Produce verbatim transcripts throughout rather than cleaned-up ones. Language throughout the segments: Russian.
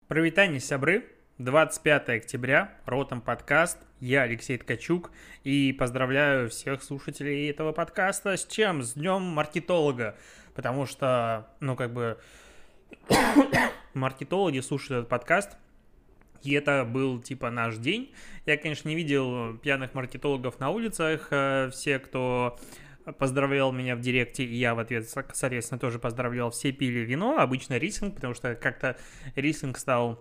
Привитание, сябры! двадцать пятое октября, Ротом подкаст, я Алексей Ткачук, и поздравляю всех слушателей этого подкаста с чем? С Днем маркетолога, потому что, ну, как бы, маркетологи слушают этот подкаст, и это был, типа, наш день. Я, конечно, не видел пьяных маркетологов на улицах, э, все, кто поздравлял меня в директе, и я в ответ, соответственно, тоже поздравлял, все пили вино, обычно рислинг, потому что как-то рислинг стал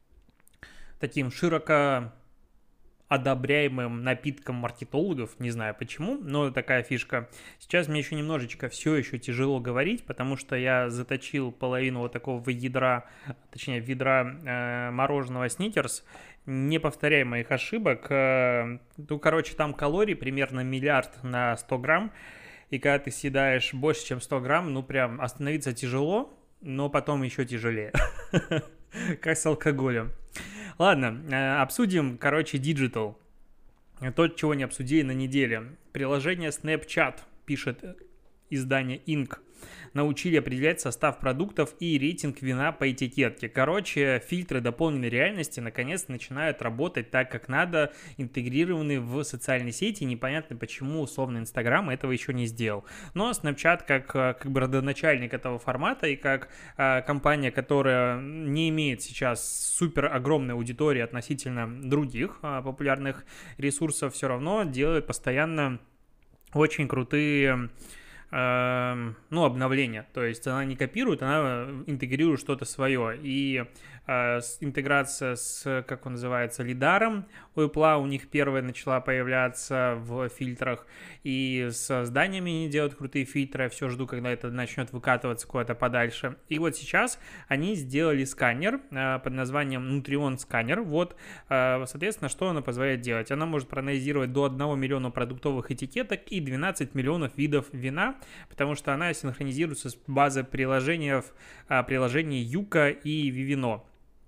таким широко одобряемым напитком маркетологов, не знаю почему, но такая фишка. Сейчас мне еще немножечко все еще тяжело говорить, потому что я заточил половину вот такого ядра, точнее ведра э, мороженого Сникерс. Не повторяй моих ошибок. Э, ну, короче, там калорий примерно миллиард на сто грамм, и когда ты съедаешь больше, чем сто грамм, ну прям остановиться тяжело, но потом еще тяжелее. Как с алкоголем. Ладно, э, обсудим, короче, Digital. То, чего не обсудили на неделе. Приложение Snapchat, пишет издание Inc, научили определять состав продуктов и рейтинг вина по этикетке. Короче, фильтры дополненной реальности наконец начинают работать так, как надо, интегрированы в социальные сети. Непонятно, почему, условно, Инстаграм этого еще не сделал. Но Snapchat, как, как бы родоначальник этого формата и как э, компания, которая не имеет сейчас супер огромной аудитории относительно других э, популярных ресурсов, все равно делает постоянно очень крутые ну, обновления. То есть она не копирует, она интегрирует что-то свое. И э, интеграция с, как он называется, лидаром у Apple у них первая начала появляться в фильтрах. И с зданиями они делают крутые фильтры. Я все жду, когда это начнет выкатываться куда-то подальше. И вот сейчас они сделали сканер э, под названием Nutrion сканер. Вот, э, соответственно, что она позволяет делать? Она может проанализировать до одного миллиона продуктовых этикеток и двенадцать миллионов видов вина, потому что она синхронизируется с базой приложений, приложений Юка и Vivino.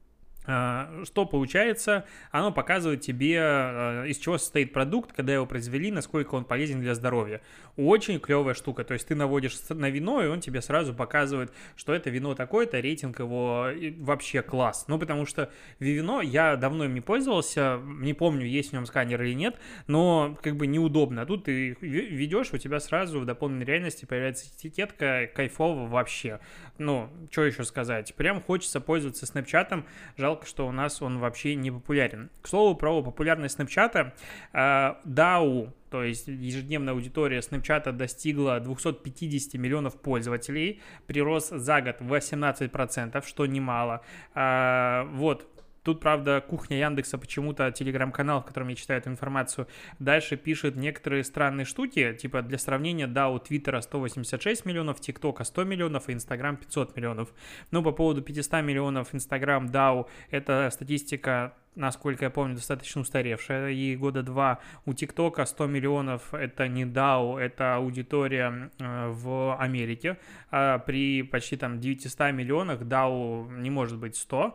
Что получается? Оно показывает тебе, из чего состоит продукт, когда его произвели, насколько он полезен для здоровья. Очень клевая штука. То есть ты наводишь на вино, и он тебе сразу показывает, что это вино такое-то, рейтинг его вообще класс. Ну, потому что вино я давно им не пользовался, не помню, есть в нем сканер или нет, но как бы неудобно. Тут ты ведешь, у тебя сразу в дополненной реальности появляется этикетка, кайфово вообще. Ну, что еще сказать? Прям хочется пользоваться Снэпчатом, жалко, что у нас он вообще не популярен. К слову, про популярность Снэпчата. дао, то есть ежедневная аудитория Снэпчата, достигла двести пятьдесят миллионов пользователей. Прирост за год восемнадцать процентов, что немало. Вот. Тут, правда, кухня Яндекса, почему-то телеграм-канал, в котором я читаю эту информацию, дальше пишет некоторые странные штуки, типа для сравнения дао Твиттера сто восемьдесят шесть миллионов, ТикТока сто миллионов и Инстаграм пятьсот миллионов. Но по поводу пятьсот миллионов Инстаграм дао, это статистика, насколько я помню, достаточно устаревшая, и года два. У ТикТока сто миллионов, это не дао, это аудитория э, в Америке, а при почти там девятистах миллионах дао не может быть сто.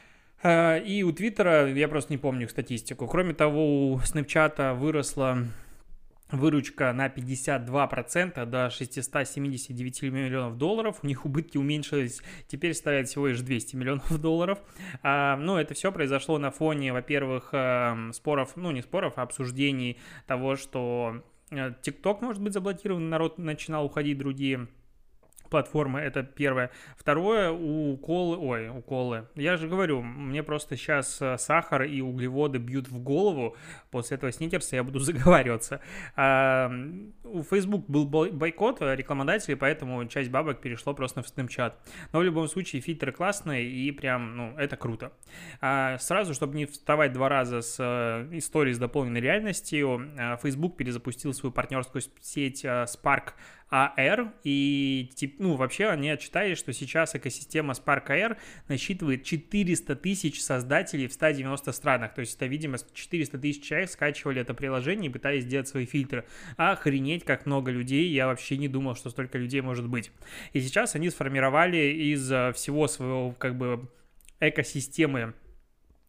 И у Твиттера, я просто не помню статистику. Кроме того, у Снэпчата выросла выручка на пятьдесят два процента до шестьсот семьдесят девять миллионов долларов. У них убытки уменьшились, теперь составляют всего лишь двести миллионов долларов. А, ну, это все произошло на фоне, во-первых, споров, ну, не споров, а обсуждений того, что TikTok может быть заблокирован, народ начинал уходить в другие платформы, это первое. Второе, уколы, ой, уколы. Я же говорю, мне просто сейчас сахар и углеводы бьют в голову. После этого сникерса я буду заговариваться. А, у Facebook был бойкот рекламодателей, поэтому часть бабок перешло просто в Snapchat. Но в любом случае фильтры классные и прям, ну, это круто. А, сразу, чтобы не вставать два раза с историей с дополненной реальностью, Facebook перезапустил свою партнерскую сеть Spark эй ар, и ну, вообще они отчитали, что сейчас экосистема Spark эй ар насчитывает четыреста тысяч создателей в ста девяноста странах. То есть это, видимо, четыреста тысяч человек скачивали это приложение и пытались сделать свои фильтры. Охренеть, как много людей, я вообще не думал, что столько людей может быть. И сейчас они сформировали из всего своего как бы экосистемы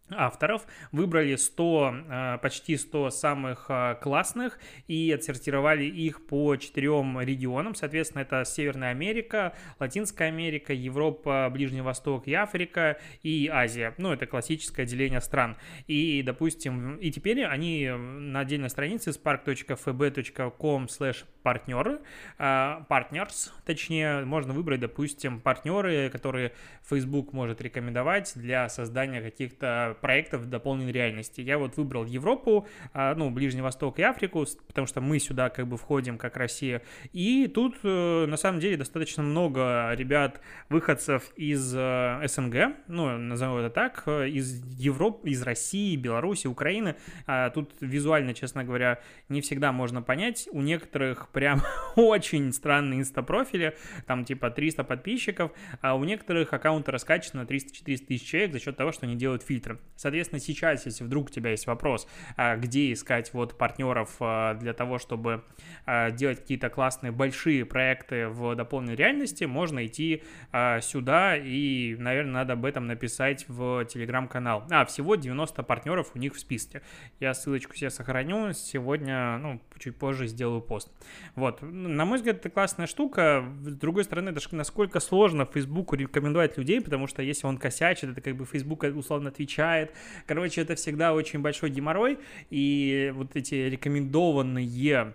авторов, выбрали сто, почти сто самых классных и отсортировали их по четырем регионам. Соответственно, это Северная Америка, Латинская Америка, Европа, Ближний Восток и Африка, и Азия. Ну, это классическое деление стран. И, допустим, и теперь они на отдельной странице spark точка эф би точка ком слэш партнеры, партнерс, точнее, можно выбрать, допустим, партнеры, которые Facebook может рекомендовать для создания каких-то проектов дополненной реальности. Я вот выбрал Европу, ну, Ближний Восток и Африку, потому что мы сюда как бы входим как Россия. И тут на самом деле достаточно много ребят, выходцев из эс эн гэ, ну, назовем это так, из Европы, из России, Беларуси, Украины. Тут визуально, честно говоря, не всегда можно понять. У некоторых прям очень странные инстапрофили, там типа триста подписчиков, а у некоторых аккаунты раскачаны на триста-четыреста тысяч человек за счет того, что они делают фильтры. Соответственно, сейчас, если вдруг у тебя есть вопрос, где искать вот партнеров для того, чтобы делать какие-то классные большие проекты в дополненной реальности, можно идти сюда и, наверное, надо об этом написать в телеграм-канал. А, всего девяносто партнеров у них в списке. Я ссылочку себе сохраню, сегодня, ну, чуть позже сделаю пост. Вот, на мой взгляд, это классная штука. С другой стороны, это насколько сложно Фейсбуку рекомендовать людей, потому что если он косячит, это как бы Фейсбук условно отвечает. Короче, это всегда очень большой геморрой, и вот эти рекомендованные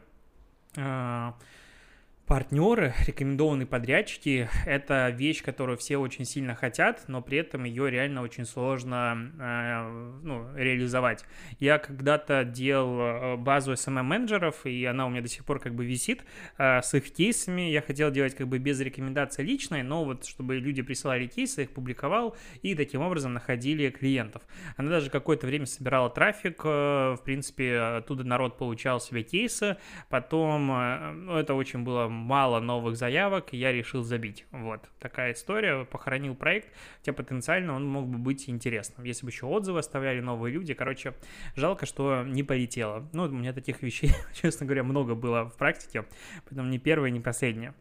э, партнеры, рекомендованные подрядчики – это вещь, которую все очень сильно хотят, но при этом ее реально очень сложно э, ну, реализовать. Я когда-то делал базу эс эм эм-менеджеров, и она у меня до сих пор как бы висит э, с их кейсами. Я хотел делать как бы без рекомендации личной, но вот чтобы люди присылали кейсы, я их публиковал, и таким образом находили клиентов. Она даже какое-то время собирала трафик, э, в принципе, оттуда народ получал себе кейсы, потом, э, ну, это очень было мало новых заявок, и я решил забить. Вот такая история. Похоронил проект, хотя потенциально он мог бы быть интересным. Если бы еще отзывы оставляли новые люди. Короче, жалко, что не полетело. Ну, у меня таких вещей, честно говоря, много было в практике, поэтому не первое, не последнее.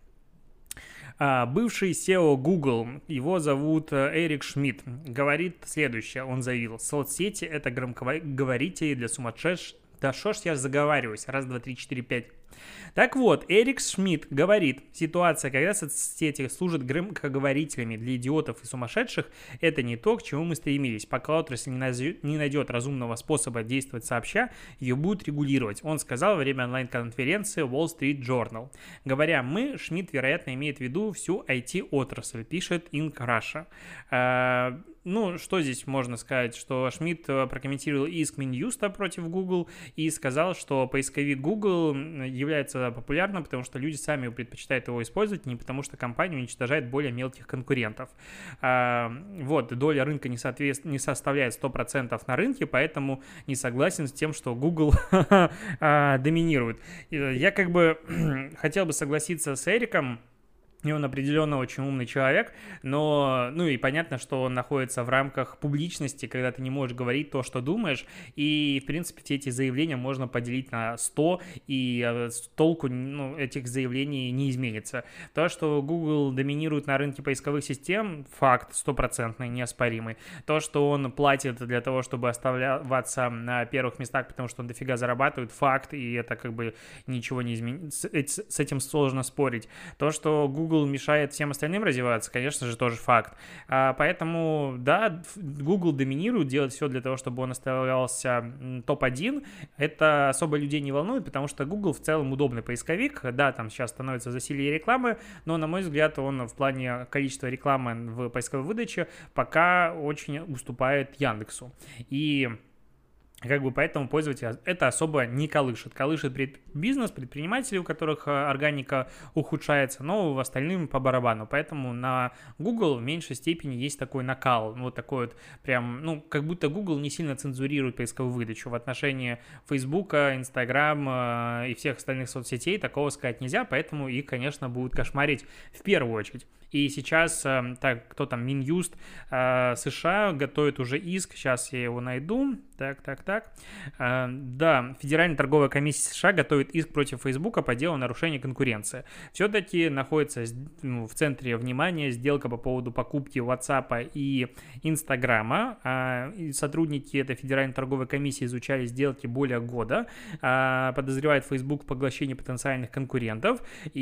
А, бывший си и о Google, его зовут Эрик Шмидт, говорит следующее. Он заявил: соцсети — это громкоговорители для сумасшедших. Да шо ж я заговариваюсь? Раз, два, три, четыре, пять. Так вот, Эрик Шмидт говорит, ситуация, когда соцсети служат громкоговорителями для идиотов и сумасшедших, это не то, к чему мы стремились. Пока отрасль не найдет разумного способа действовать сообща, ее будут регулировать. Он сказал во время онлайн-конференции Wall Street Journal. Говоря «мы», Шмидт, вероятно, имеет в виду всю ай ти-отрасль, пишет Inc Russia. А, ну, что здесь можно сказать? Что Шмидт прокомментировал иск Минюста против Google и сказал, что поисковик Google является популярным, потому что люди сами предпочитают его использовать, не потому что компания уничтожает более мелких конкурентов. А, вот, доля рынка не, соответств... не составляет сто процентов на рынке, поэтому не согласен с тем, что Google доминирует. Я как бы хотел бы согласиться с Эриком. И он определенно очень умный человек, но, ну и понятно, что он находится в рамках публичности, когда ты не можешь говорить то, что думаешь, и, в принципе, все эти заявления можно поделить на сто, и толку, ну, этих заявлений не изменится. То, что Google доминирует на рынке поисковых систем, факт стопроцентный, неоспоримый. То, что он платит для того, чтобы оставаться на первых местах, потому что он дофига зарабатывает, факт, и это как бы ничего не изменится, с этим сложно спорить. То, что Google Google мешает всем остальным развиваться, конечно же, тоже факт. А, поэтому, да, Google доминирует, делает все для того, чтобы он оставался топ один. Это особо людей не волнует, потому что Google в целом удобный поисковик. Да, там сейчас становится засилье рекламы, но, на мой взгляд, он в плане количества рекламы в поисковой выдаче пока очень уступает Яндексу. И как бы поэтому пользователя это особо не колышет. Колышет пред... бизнес, предприниматели, у которых органика ухудшается, но в остальном по барабану. Поэтому на Google в меньшей степени есть такой накал. Вот такой вот прям, ну, как будто Google не сильно цензурирует поисковую выдачу. В отношении Facebook, Instagram и всех остальных соцсетей такого сказать нельзя, поэтому их, конечно, будут кошмарить в первую очередь. И сейчас, э, так, кто там, Минюст э, США готовит уже иск, сейчас я его найду, так, так, так, э, да, Федеральная торговая комиссия США готовит иск против Фейсбука по делу нарушения конкуренции. Все-таки находится, ну, в центре внимания сделка по поводу покупки WhatsApp и Инстаграма. Э, сотрудники этой Федеральной торговой комиссии изучали сделки более года, э, подозревает Facebook в поглощении потенциальных конкурентов,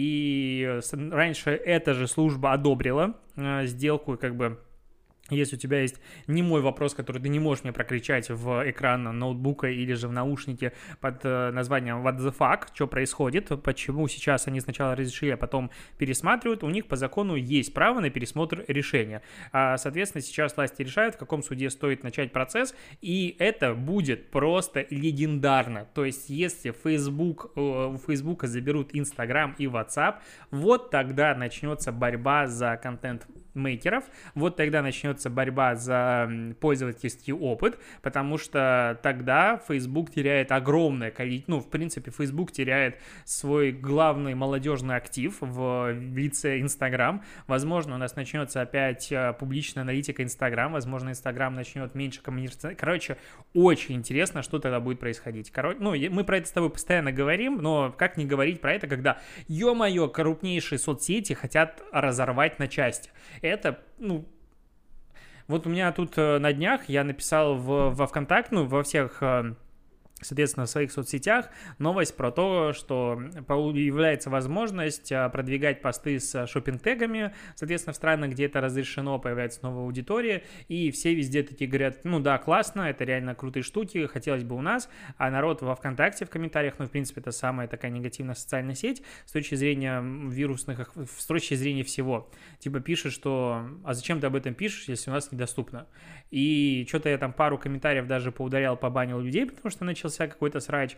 и раньше эта же служба одобрила э, сделку, как бы, если у тебя есть немой вопрос, который ты не можешь мне прокричать в экран ноутбука или же в наушнике под э, названием What the fuck, что происходит, почему сейчас они сначала разрешили, а потом пересматривают, у них по закону есть право на пересмотр решения. А, соответственно, сейчас власти решают, в каком суде стоит начать процесс, и это будет просто легендарно. То есть, если Facebook, э, у Facebook заберут Instagram и WhatsApp, вот тогда начнется борьба за контент-мейкеров, вот тогда начнется борьба за пользовательский опыт, потому что тогда Facebook теряет огромное количество, ну, в принципе, Facebook теряет свой главный молодежный актив в лице Instagram. Возможно, у нас начнется опять публичная аналитика Instagram, возможно, Instagram начнет меньше коммуницировать. Короче, очень интересно, что тогда будет происходить. Короче, ну, мы про это с тобой постоянно говорим, но как не говорить про это, когда, ё-моё, крупнейшие соцсети хотят разорвать на части. Это, ну, вот у меня тут на днях я написал в, во ВКонтакте, ну, во всех, соответственно, в своих соцсетях новость про то, что появляется возможность продвигать посты с шопинг-тегами, соответственно, в странах, где это разрешено, появляется новая аудитория, и все везде такие говорят, ну да, классно, это реально крутые штуки, хотелось бы у нас, а народ во ВКонтакте в комментариях, ну, в принципе, это самая такая негативная социальная сеть с точки зрения вирусных, с точки зрения всего, типа пишет, что, а зачем ты об этом пишешь, если у нас недоступно, и что-то я там пару комментариев даже поударял, побанил людей, потому что начал какой-то срач,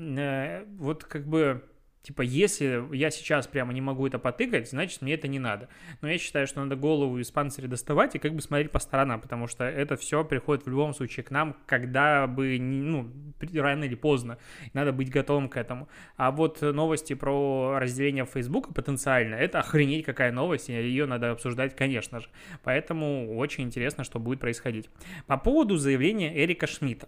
вот как бы, типа, если я сейчас прямо не могу это потыкать, значит, мне это не надо. Но я считаю, что надо голову из панциря доставать и как бы смотреть по сторонам, потому что это все приходит в любом случае к нам, когда бы, ну, рано или поздно. Надо быть готовым к этому. А вот новости про разделение Фейсбука потенциально, это охренеть какая новость, и ее надо обсуждать, конечно же. Поэтому очень интересно, что будет происходить. По поводу заявления Эрика Шмидта,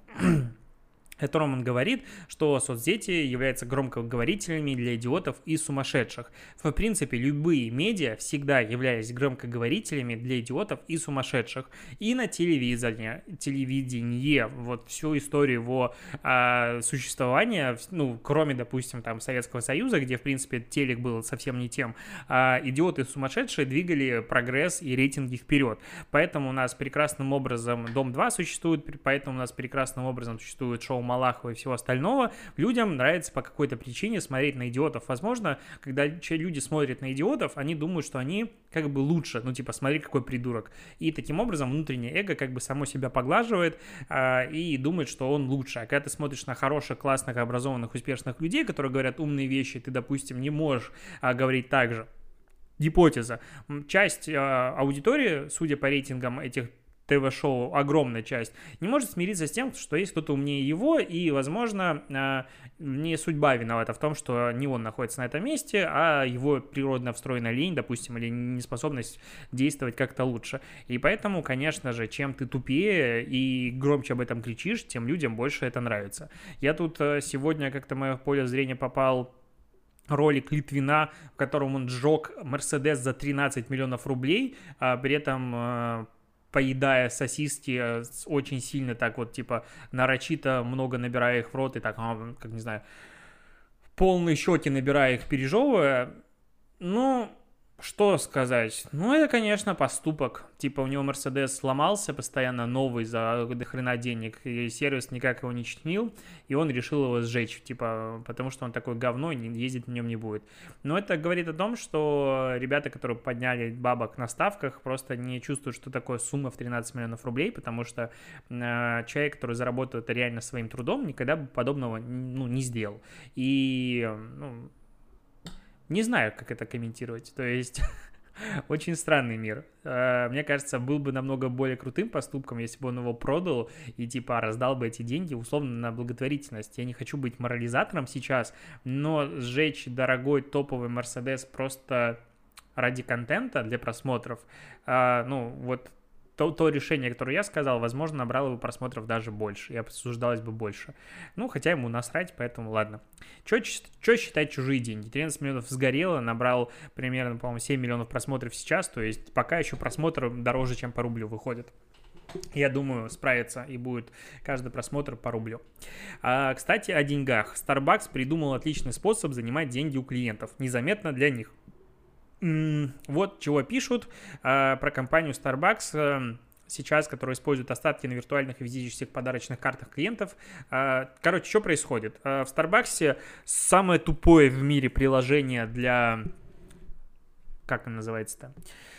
в котором он говорит, что соцсети являются громкоговорителями для идиотов и сумасшедших. В принципе, любые медиа всегда являлись громкоговорителями для идиотов и сумасшедших. И на телевидении, телевидение, вот всю историю его а, существования, ну, кроме, допустим, там, Советского Союза, где, в принципе, телек был совсем не тем, а идиоты и сумасшедшие двигали прогресс и рейтинги вперед. Поэтому у нас прекрасным образом Дом-два существует, поэтому у нас прекрасным образом существует шоу Малахова и всего остального. Людям нравится по какой-то причине смотреть на идиотов. Возможно, когда люди смотрят на идиотов, они думают, что они как бы лучше, ну типа, смотри, какой придурок. И таким образом внутреннее эго как бы само себя поглаживает а, и думает, что он лучше. А когда ты смотришь на хороших, классных, образованных, успешных людей, которые говорят умные вещи, ты, допустим, не можешь а, говорить так же. Гипотеза. Часть а, аудитории, судя по рейтингам этих ТВ-шоу, огромная часть, не может смириться с тем, что есть кто-то умнее его, и, возможно, не судьба виновата в том, что не он находится на этом месте, а его природно встроенная лень, допустим, или неспособность действовать как-то лучше. И поэтому, конечно же, чем ты тупее и громче об этом кричишь, тем людям больше это нравится. Я тут сегодня как-то в мое поле зрения попал ролик Литвина, в котором он сжег Мерседес за тринадцать миллионов рублей, а при этом поедая сосиски очень сильно, так вот, типа, нарочито много набирая их в рот и так, как, не знаю, полные щеки набирая их, пережевывая. Ну, что сказать? Ну, это, конечно, поступок. Типа, у него Мерседес сломался постоянно, новый, за до хрена денег, и сервис никак его не чинил, и он решил его сжечь, типа, потому что он такое говно, и ездить на нем не будет. Но это говорит о том, что ребята, которые подняли бабок на ставках, просто не чувствуют, что такое сумма в тринадцать миллионов рублей, потому что э, человек, который заработал это реально своим трудом, никогда бы подобного, ну, не сделал. И, ну, не знаю, как это комментировать, то есть очень странный мир. Мне кажется, был бы намного более крутым поступком, если бы он его продал и типа раздал бы эти деньги условно на благотворительность. Я не хочу быть морализатором сейчас, но сжечь дорогой топовый Мерседес просто ради контента для просмотров, а, ну, вот то, то решение, которое я сказал, возможно, набрало бы просмотров даже больше, и обсуждалось бы больше. Ну, хотя ему насрать, поэтому ладно. Что считать чужие деньги? тринадцать миллионов сгорело, набрал примерно, по-моему, семь миллионов просмотров сейчас, то есть пока еще просмотр дороже, чем по рублю выходит. Я думаю, справится и будет каждый просмотр по рублю. А, кстати, о деньгах. Starbucks придумал отличный способ занимать деньги у клиентов, незаметно для них. Вот чего пишут а, про компанию Starbucks а, сейчас, которая использует остатки на виртуальных и физических подарочных картах клиентов. А, короче, что происходит? А, в Starbucks самое тупое в мире приложение для... Как оно называется-то?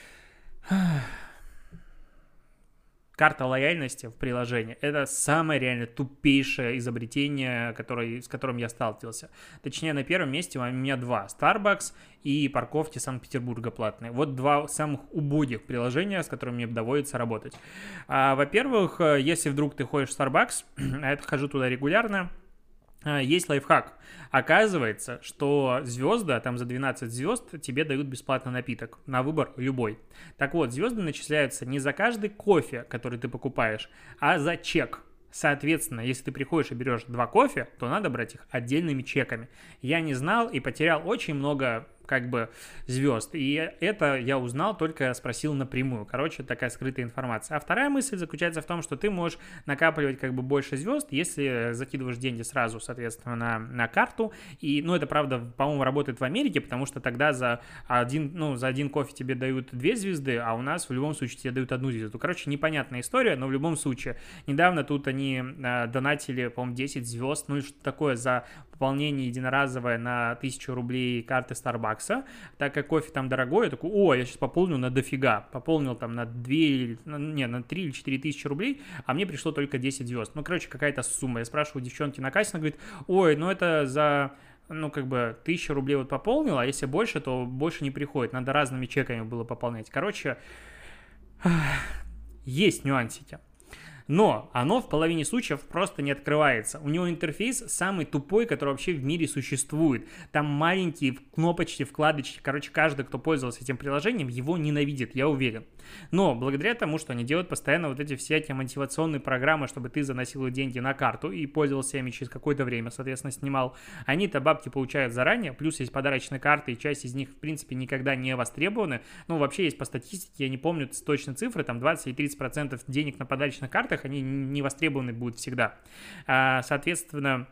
Карта лояльности в приложении – это самое реально тупейшее изобретение, которое, с которым я сталкивался. Точнее, на первом месте у меня два – Starbucks и парковки Санкт-Петербурга платные. Вот два самых убогих приложения, с которыми мне доводится работать. А, во-первых, если вдруг ты ходишь в Starbucks, а я хожу туда регулярно, есть лайфхак. Оказывается, что звезды, а там за двенадцать звезд тебе дают бесплатно напиток. На выбор любой. Так вот, звезды начисляются не за каждый кофе, который ты покупаешь, а за чек. Соответственно, если ты приходишь и берешь два кофе, то надо брать их отдельными чеками. Я не знал и потерял очень много как бы звезд. И это я узнал, только спросил напрямую. Короче, такая скрытая информация. А вторая мысль заключается в том, что ты можешь накапливать как бы больше звезд, если закидываешь деньги сразу, соответственно, на, на карту. И, ну, это, правда, по-моему, работает в Америке, потому что тогда за один, ну, за один кофе тебе дают две звезды, а у нас в любом случае тебе дают одну звезду. Короче, непонятная история, но в любом случае. Недавно тут они э, донатили, по-моему, десять звезд, ну и что такое за пополнение единоразовое на тысячу рублей карты Starbucks. Так как кофе там дорогой, я такой, о, я сейчас пополню на дофига. Пополнил там на две, не, на три или четыре тысячи рублей, а мне пришло только десять звезд. Ну, короче, какая-то сумма. Я спрашиваю девчонки на кассе, она говорит, ой, ну это за, ну, как бы, тысячу рублей вот пополнил, а если больше, то больше не приходит. Надо разными чеками было пополнять. Короче, есть нюансики. Но оно в половине случаев просто не открывается. У него интерфейс самый тупой, который вообще в мире существует. Там маленькие кнопочки, вкладочки. Короче, каждый, кто пользовался этим приложением, его ненавидит, я уверен. Но благодаря тому, что они делают постоянно вот эти всякие мотивационные программы, чтобы ты заносил деньги на карту и пользовался ими через какое-то время, соответственно, снимал, они-то бабки получают заранее, плюс есть подарочные карты, и часть из них, в принципе, никогда не востребованы. Ну, вообще есть по статистике, я не помню точно цифры, там двадцать и тридцать процентов денег на подарочных картах, они не востребованы будут всегда. Соответственно,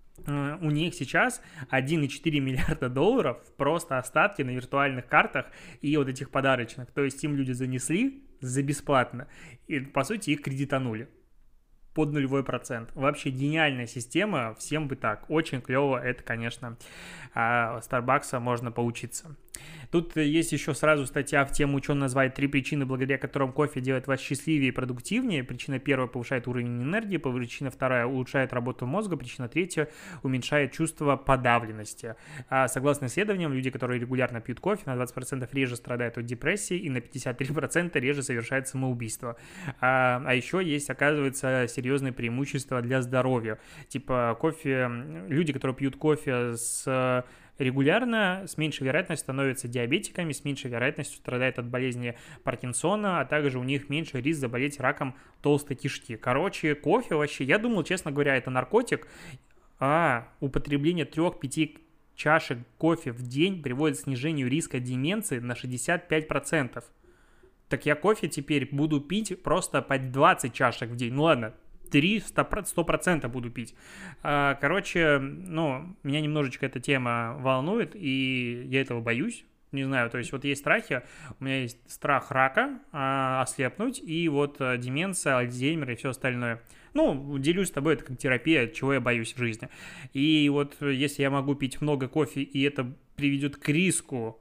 у них сейчас один и четыре миллиарда долларов просто остатки на виртуальных картах и вот этих подарочных. То есть им люди занесли за бесплатно и, по сути, их кредитанули под нулевой процент. Вообще гениальная система, всем бы так. Очень клево, это, конечно, Starbucks можно поучиться. Тут есть еще сразу статья в тему, что он называет три причины, благодаря которым кофе делает вас счастливее и продуктивнее. Причина первая – повышает уровень энергии, причина вторая – улучшает работу мозга, причина третья – уменьшает чувство подавленности. А согласно исследованиям, люди, которые регулярно пьют кофе, на двадцать процентов реже страдают от депрессии и на пятьдесят три процента реже совершают самоубийство. А, а еще есть, оказывается, серьезные преимущества для здоровья. Типа кофе, люди, которые пьют кофе с регулярно, с меньшей вероятностью становятся диабетиками, с меньшей вероятностью страдают от болезни Паркинсона, а также у них меньше риск заболеть раком толстой кишки. Короче, кофе вообще, я думал, честно говоря, это наркотик, а употребление трех-пяти чашек кофе в день приводит к снижению риска деменции на шестьдесят пять процентов. Так я кофе теперь буду пить просто по двадцать чашек в день. Ну ладно, три сто процентов буду пить. Короче, ну, меня немножечко эта тема волнует, и я этого боюсь. Не знаю, то есть вот есть страхи, у меня есть страх рака, ослепнуть, и вот деменция, Альцгеймер и все остальное. Ну, делюсь с тобой, это как терапия, чего я боюсь в жизни. И вот если я могу пить много кофе, и это приведет к риску,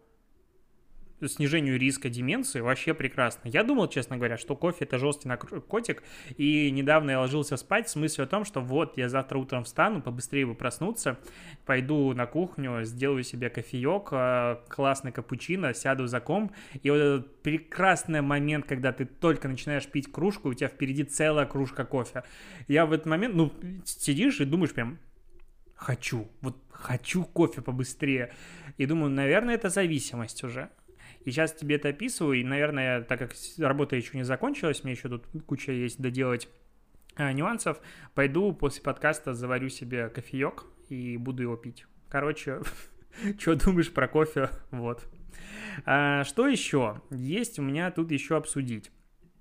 снижению риска деменции, вообще прекрасно. Я думал, честно говоря, что кофе – это жесткий наркотик, и недавно я ложился спать с мыслью о том, что вот, я завтра утром встану, побыстрее бы проснуться, пойду на кухню, сделаю себе кофеек, классный капучино, сяду за комп, и вот этот прекрасный момент, когда ты только начинаешь пить кружку, у тебя впереди целая кружка кофе. Я в этот момент, ну, сидишь и думаешь прям, хочу, вот хочу кофе побыстрее. И думаю, наверное, это зависимость уже. И сейчас тебе это описываю, и, наверное, так как работа еще не закончилась, мне еще тут куча есть доделать а, нюансов, пойду после подкаста заварю себе кофеек и буду его пить. Короче, что думаешь про кофе? Вот. А, что еще? Есть у меня тут еще обсудить.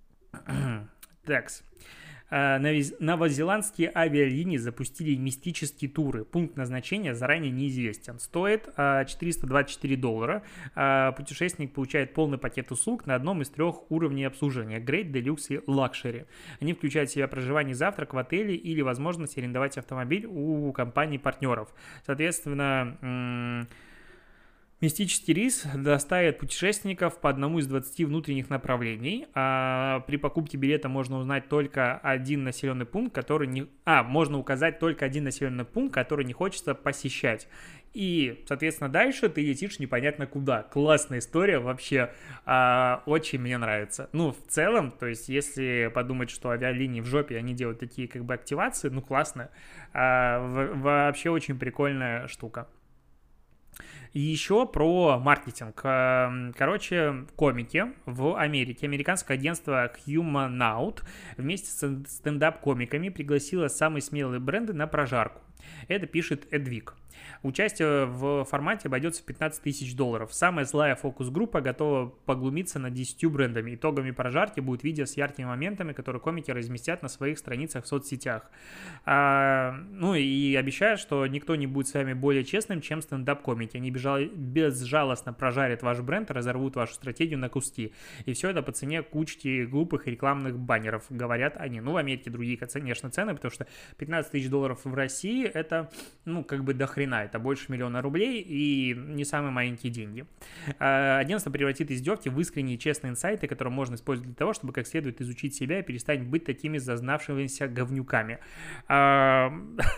Такс. Новозеландские авиалинии запустили мистические туры. Пункт назначения заранее неизвестен. Стоит четыреста двадцать четыре доллара. Путешественник получает полный пакет услуг на одном из трех уровней обслуживания: Great, Deluxe и Luxury. Они включают в себя проживание и завтрак в отеле или возможность арендовать автомобиль у компаний-партнеров. Соответственно, мистический рейс доставит путешественников по одному из двадцати внутренних направлений. А при покупке билета можно узнать только один населенный пункт, который не... А, можно указать только один населенный пункт, который не хочется посещать. И, соответственно, дальше ты летишь непонятно куда. Классная история вообще. А, очень мне нравится. Ну, в целом, то есть, если подумать, что авиалинии в жопе, они делают такие как бы активации, ну, классно. А, в- вообще очень прикольная штука. И еще про маркетинг. Эм, Короче, комики в Америке. Американское агентство Humanout вместе с стендап-комиками пригласило самые смелые бренды на прожарку. Это пишет Эдвик. Участие в формате обойдется в пятнадцать тысяч долларов. Самая злая фокус-группа готова поглумиться над десятью брендами. Итогами прожарки будет видео с яркими моментами, которые комики разместят на своих страницах в соцсетях. А, ну и обещают, что никто не будет с вами более честным, чем стендап-комики. Они бежал- безжалостно прожарят ваш бренд, разорвут вашу стратегию на куски. И все это по цене кучки глупых рекламных баннеров, говорят они. Ну, в Америке другие, конечно, цены, потому что пятнадцать тысяч долларов в России — это, ну, как бы до хрена. Это больше миллиона рублей и не самые маленькие деньги. А, Агентство превратит издевки в искренние и честные инсайты, которые можно использовать для того, чтобы как следует изучить себя и перестать быть такими зазнавшимися говнюками. А,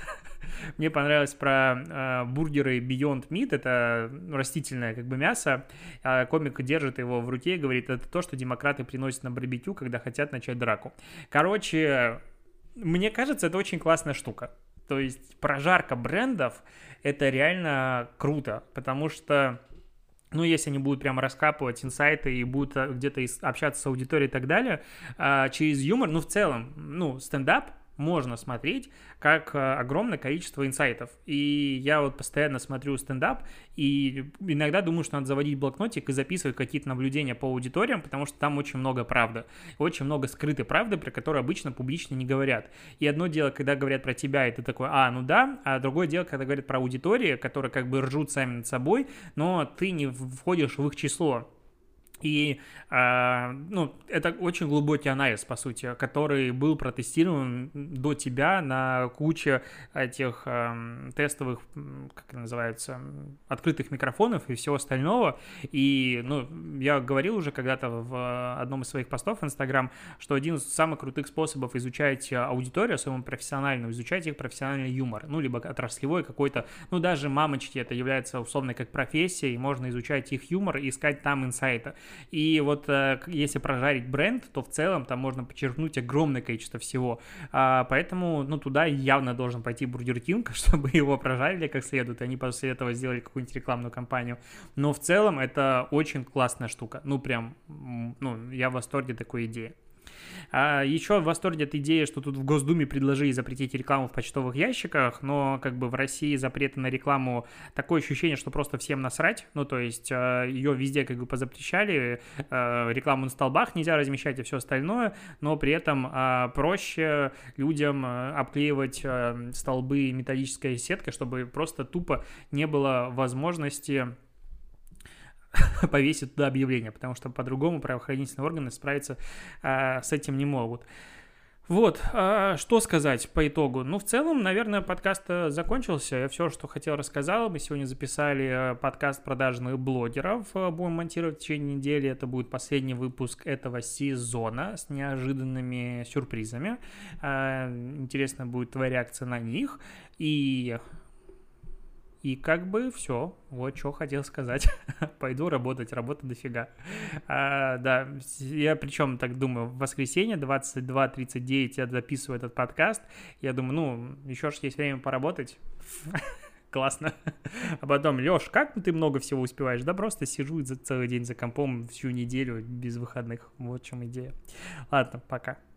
Мне понравилось про э, бургеры Beyond Meat, это растительное как бы мясо. А комик держит его в руке и говорит, это то, что демократы приносят на барбекю, когда хотят начать драку. Короче, мне кажется, это очень классная штука. То есть прожарка брендов — это реально круто, потому что, ну, если они будут прямо раскапывать инсайты и будут а, где-то ис- общаться с аудиторией и так далее, а, через юмор, ну, в целом, ну, стендап можно смотреть как а, огромное количество инсайтов. И я вот постоянно смотрю стендап, и иногда думаю, что надо заводить блокнотик и записывать какие-то наблюдения по аудиториям, потому что там очень много правды. Очень много скрытой правды, про которую обычно публично не говорят. И одно дело, когда говорят про тебя, и ты такой, а, ну да, а другое дело, когда говорят про аудиторию, которые как бы ржут сами над собой, но ты не входишь в их число. И, а, ну, это очень глубокий анализ, по сути, который был протестирован до тебя на куче этих а, тестовых, как это называется, открытых микрофонов и всего остального. И, ну, я говорил уже когда-то в одном из своих постов в Инстаграм, что один из самых крутых способов изучать аудиторию, особенно профессиональную, изучать их профессиональный юмор, ну, либо отраслевой какой-то, ну, даже мамочки это является условно как профессией, можно изучать их юмор и искать там инсайты. И вот э, если прожарить бренд, то в целом там можно подчеркнуть огромное количество всего. А, поэтому, ну, туда явно должен пойти Бургер Кинг, чтобы его прожарили как следует, и они после этого сделали какую-нибудь рекламную кампанию. Но в целом это очень классная штука. Ну, прям, ну, я в восторге такой идеи. А еще в восторге от идеи, что тут в Госдуме предложили запретить рекламу в почтовых ящиках, но как бы в России запреты на рекламу, такое ощущение, что просто всем насрать, ну то есть ее везде как бы позапрещали, рекламу на столбах нельзя размещать и все остальное, но при этом проще людям обклеивать столбы металлической сеткой, чтобы просто тупо не было возможности повесить туда объявление, потому что по-другому правоохранительные органы справиться а, с этим не могут. Вот, а что сказать по итогу? Ну, в целом, наверное, подкаст закончился. Я все, что хотел, рассказал. Мы сегодня записали подкаст продажных блогеров. Будем монтировать в течение недели. Это будет последний выпуск этого сезона с неожиданными сюрпризами. Интересна будет твоя реакция на них. И... И как бы все, вот что хотел сказать. Пойду работать, работа дофига. А, да, я причем так думаю, в воскресенье двадцать два тридцать девять я записываю этот подкаст. Я думаю, ну, еще ж есть время поработать. Классно. А потом, Лёш, как ты много всего успеваешь? Да просто сижу за целый день за компом всю неделю без выходных. Вот в чем идея. Ладно, пока.